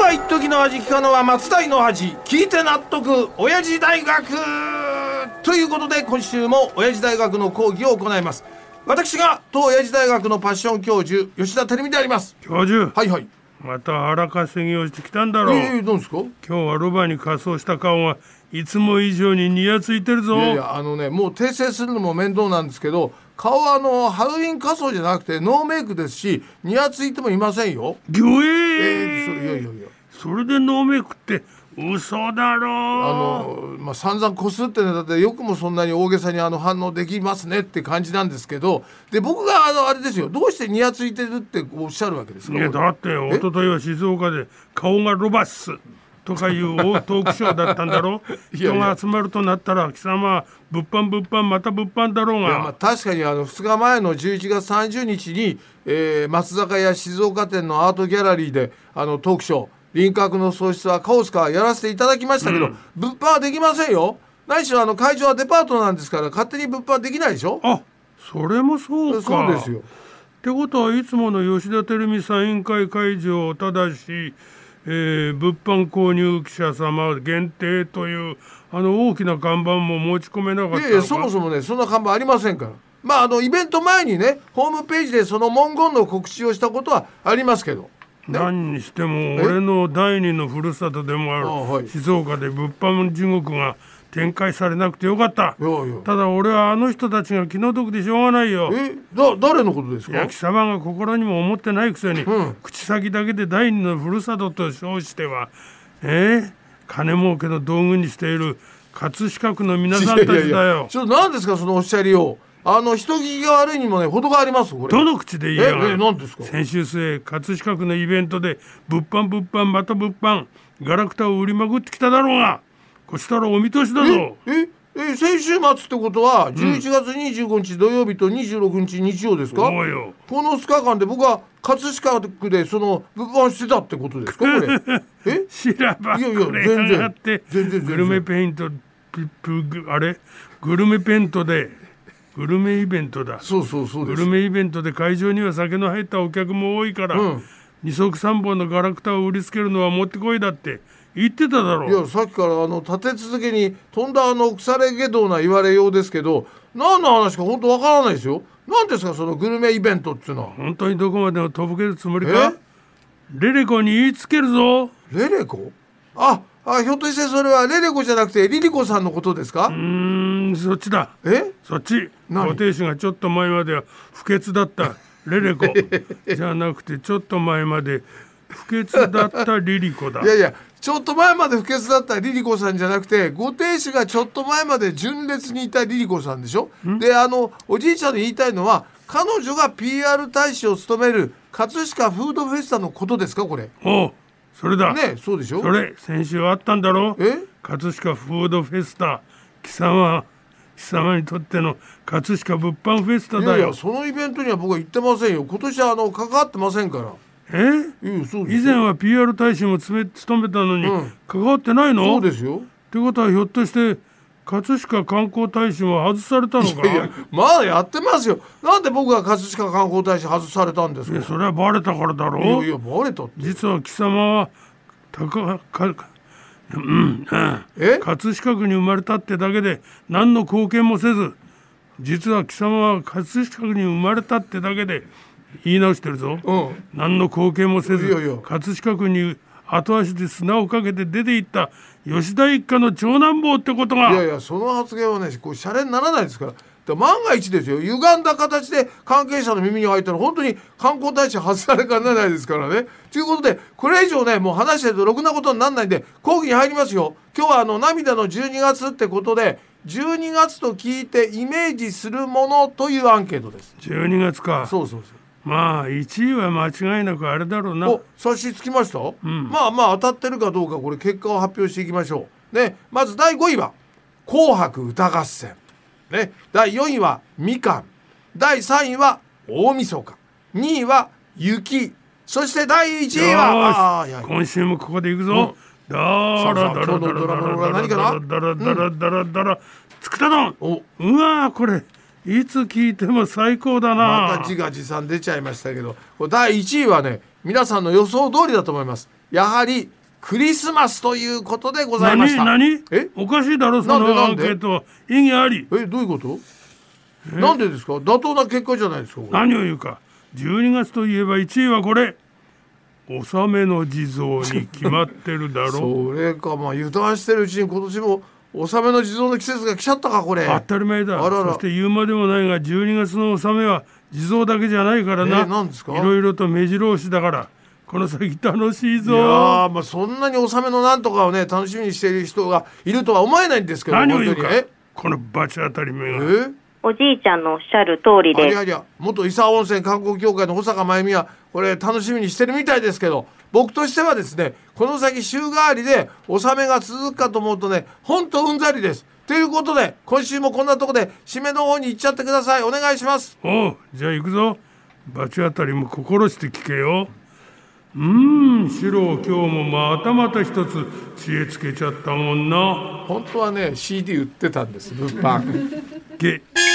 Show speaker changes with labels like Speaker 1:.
Speaker 1: 今一時の味聞かのは松代の味、聞いて納得親父大学ということで、今週も親父大学の講義を行います。私が当親父大学のパッション教授吉田照美であります。
Speaker 2: 教授、
Speaker 1: はいはい。
Speaker 2: また腹稼ぎをしてきたんだろう。
Speaker 1: どうですか。
Speaker 2: 今日はロバに仮装した顔がいつも以上にニヤついてるぞ。
Speaker 1: いやもう訂正するのも面倒なんですけど、顔はハロウィン仮装じゃなくてノーメイクですし、ニヤついてもいませんよ。
Speaker 2: ぎょ
Speaker 1: いや
Speaker 2: それでノーメイクって嘘だろう。
Speaker 1: 散々こすってね、だってよくもそんなに大げさに反応できますねって感じなんですけど、で僕があれですよ、どうしてニヤついてるっておっしゃるわけですか。
Speaker 2: いやだって一昨日は静岡で顔がロバッスとかいう大トークショーだったんだろう。人が集まるとなったら貴様は物販また物販だろうが。
Speaker 1: いや、確かに2日前の11月30日に、松坂屋静岡店のアートギャラリーでトークショー輪郭の喪失はカオスかやらせていただきましたけど、物販はできませんよ。何しろ会場はデパートなんですから、勝手に物販できないでしょ。
Speaker 2: あ、それもそうか。
Speaker 1: そうですよ。
Speaker 2: ってことはいつもの吉田照美サイン会会場ただし、物販購入記者様限定という大きな看板も持ち込めなかったのか。
Speaker 1: いやそもそもね、そんな看板ありませんから。イベント前にね、ホームページでその文言の告知をしたことはありますけど、
Speaker 2: 何にしても俺の第二のふるさとでもある静岡で物販地獄が展開されなくてよかった。ただ俺は人たちが気の毒でしょうがないよ。
Speaker 1: 誰のことですか。
Speaker 2: 貴様が心にも思ってないくせに、口先だけで第二のふるさとと称しては金儲けの道具にしている葛飾区の皆さんたちだよ。
Speaker 1: 何ですかそのおっしゃりよう。人聞きが悪いにもね程があります。これ
Speaker 2: どの口で言えば。
Speaker 1: 何ですか。
Speaker 2: 先週末葛飾区のイベントで物販また物販ガラクタを売りまくってきただろうが、こしたらお見通しだぞ。
Speaker 1: 先週末ってことは11月25日土曜日と26日日曜ですか。
Speaker 2: そうよ。
Speaker 1: この2日間で僕は葛飾区でその物販してたってことですかこれ。
Speaker 2: しらばっくれやがって。グルメペイントグルメペイントでグルメイベントだ。
Speaker 1: そうです。
Speaker 2: グルメイベントで会場には酒の入ったお客も多いから、二足三本のガラクタを売りつけるのはもってこいだって言ってただろう。
Speaker 1: いやさっきから立て続けにとんだ腐れ下道な言われようですけど、何の話か本当わからないですよ。何ですかそのグルメイベントっていうのは。
Speaker 2: 本当にどこまでもとぼけるつもりか。レレコに言いつけるぞ。
Speaker 1: レレコ。ひょっとしてそれはレレコじゃなくてリリコさんのことですか。
Speaker 2: そっちだ。そっち。ご亭主がちょっと前までは不潔だったレレコじゃなくて、ちょっと前まで不潔だったリリコだ。
Speaker 1: いやちょっと前まで不潔だったリリコさんじゃなくて、ご亭主がちょっと前まで純烈にいたリリコさんでしょ。でおじいちゃんの言いたいのは、彼女が PR 大使を務める葛飾フードフェスタのことですかこれ。
Speaker 2: それだ
Speaker 1: ね。そうでしょ。
Speaker 2: それ先週あったんだろ。葛飾フードフェスタ、貴様にとっての葛飾物販フェスタだよ。
Speaker 1: いやそのイベントには僕は行ってませんよ。今年は関わってませんから。
Speaker 2: 以前は PR 大使も務めたのに、関わってないの。
Speaker 1: そうですよ。
Speaker 2: ってことはひょっとして葛飾観光大使も外されたのか。
Speaker 1: いやまだやってますよ。なんで僕が葛飾観光大使外されたんですか。
Speaker 2: それはバレたからだろう。
Speaker 1: いやバレたって。
Speaker 2: 実は貴様は葛飾区に生まれたってだけで何の貢献もせず、実は貴様は葛飾区に生まれたってだけで言い直してるぞ。何の貢献もせず葛飾区に後足で砂をかけて出て行った吉田一家の長男坊ってことが。
Speaker 1: いやその発言はね、シャレにならないですから。万が一ですよ、歪んだ形で関係者の耳に入ったら本当に観光大使外されかねないですからね。ということでこれ以上ねもう話してるとろくなことにならないんで講義に入りますよ。今日は涙の12月ってことで、12月と聞いてイメージするものというアンケートです。
Speaker 2: 12月か。
Speaker 1: そう
Speaker 2: まあ1位は間違いなくあれだろうな。
Speaker 1: 察しつきました。まあ当たってるかどうかこれ結果を発表していきましょうね。まず第5位は紅白歌合戦ね。第4位はみかん、第3位は大晦日、2位は雪、そして第1位は
Speaker 2: 今週もここでいくぞ。ダラダラダラダラダラダラダラダラダラつくたどん。うわこれいつ聞いても最高だな。
Speaker 1: また自画自賛出ちゃいましたけど、第1位はね皆さんの予想通りだと思います。やはりクリスマスということでございました。
Speaker 2: 何おかしいだろそのアンケート。意義あり。
Speaker 1: どういうこと？なんでですか？妥当な結果じゃないですか。
Speaker 2: 何を言うか。12月といえば1位はこれ。納めの地蔵に決まってるだろ
Speaker 1: それか、まあ油断してるうちに今年も納めの地蔵の季節が来ちゃったかこれ。
Speaker 2: 当たり前だ。そして言うまでもないが12月の納めは地蔵だけじゃないからな。
Speaker 1: 何ですか？
Speaker 2: いろいろと目白押しだからこの先楽しいぞ。
Speaker 1: いやまあそんなに納めのなんとかをね楽しみにしている人がいるとは思えないんですけど。
Speaker 2: 何を言うかこのバチ当たり目が。
Speaker 3: おじいちゃんのおっしゃる通りで。
Speaker 1: 元伊佐温泉観光協会の保坂真由美はこれ楽しみにしてるみたいですけど、僕としてはですねこの先週替わりで納めが続くかと思うとね本当うんざりです。ということで今週もこんなとこで締めの方に行っちゃってください。お願いします。
Speaker 2: おうじゃあ行くぞ。バチ当たりも心して聞けよ。シロ今日もまたまた一つ知恵つけちゃったもんな。
Speaker 1: 本当はね CD 売ってたんです物販。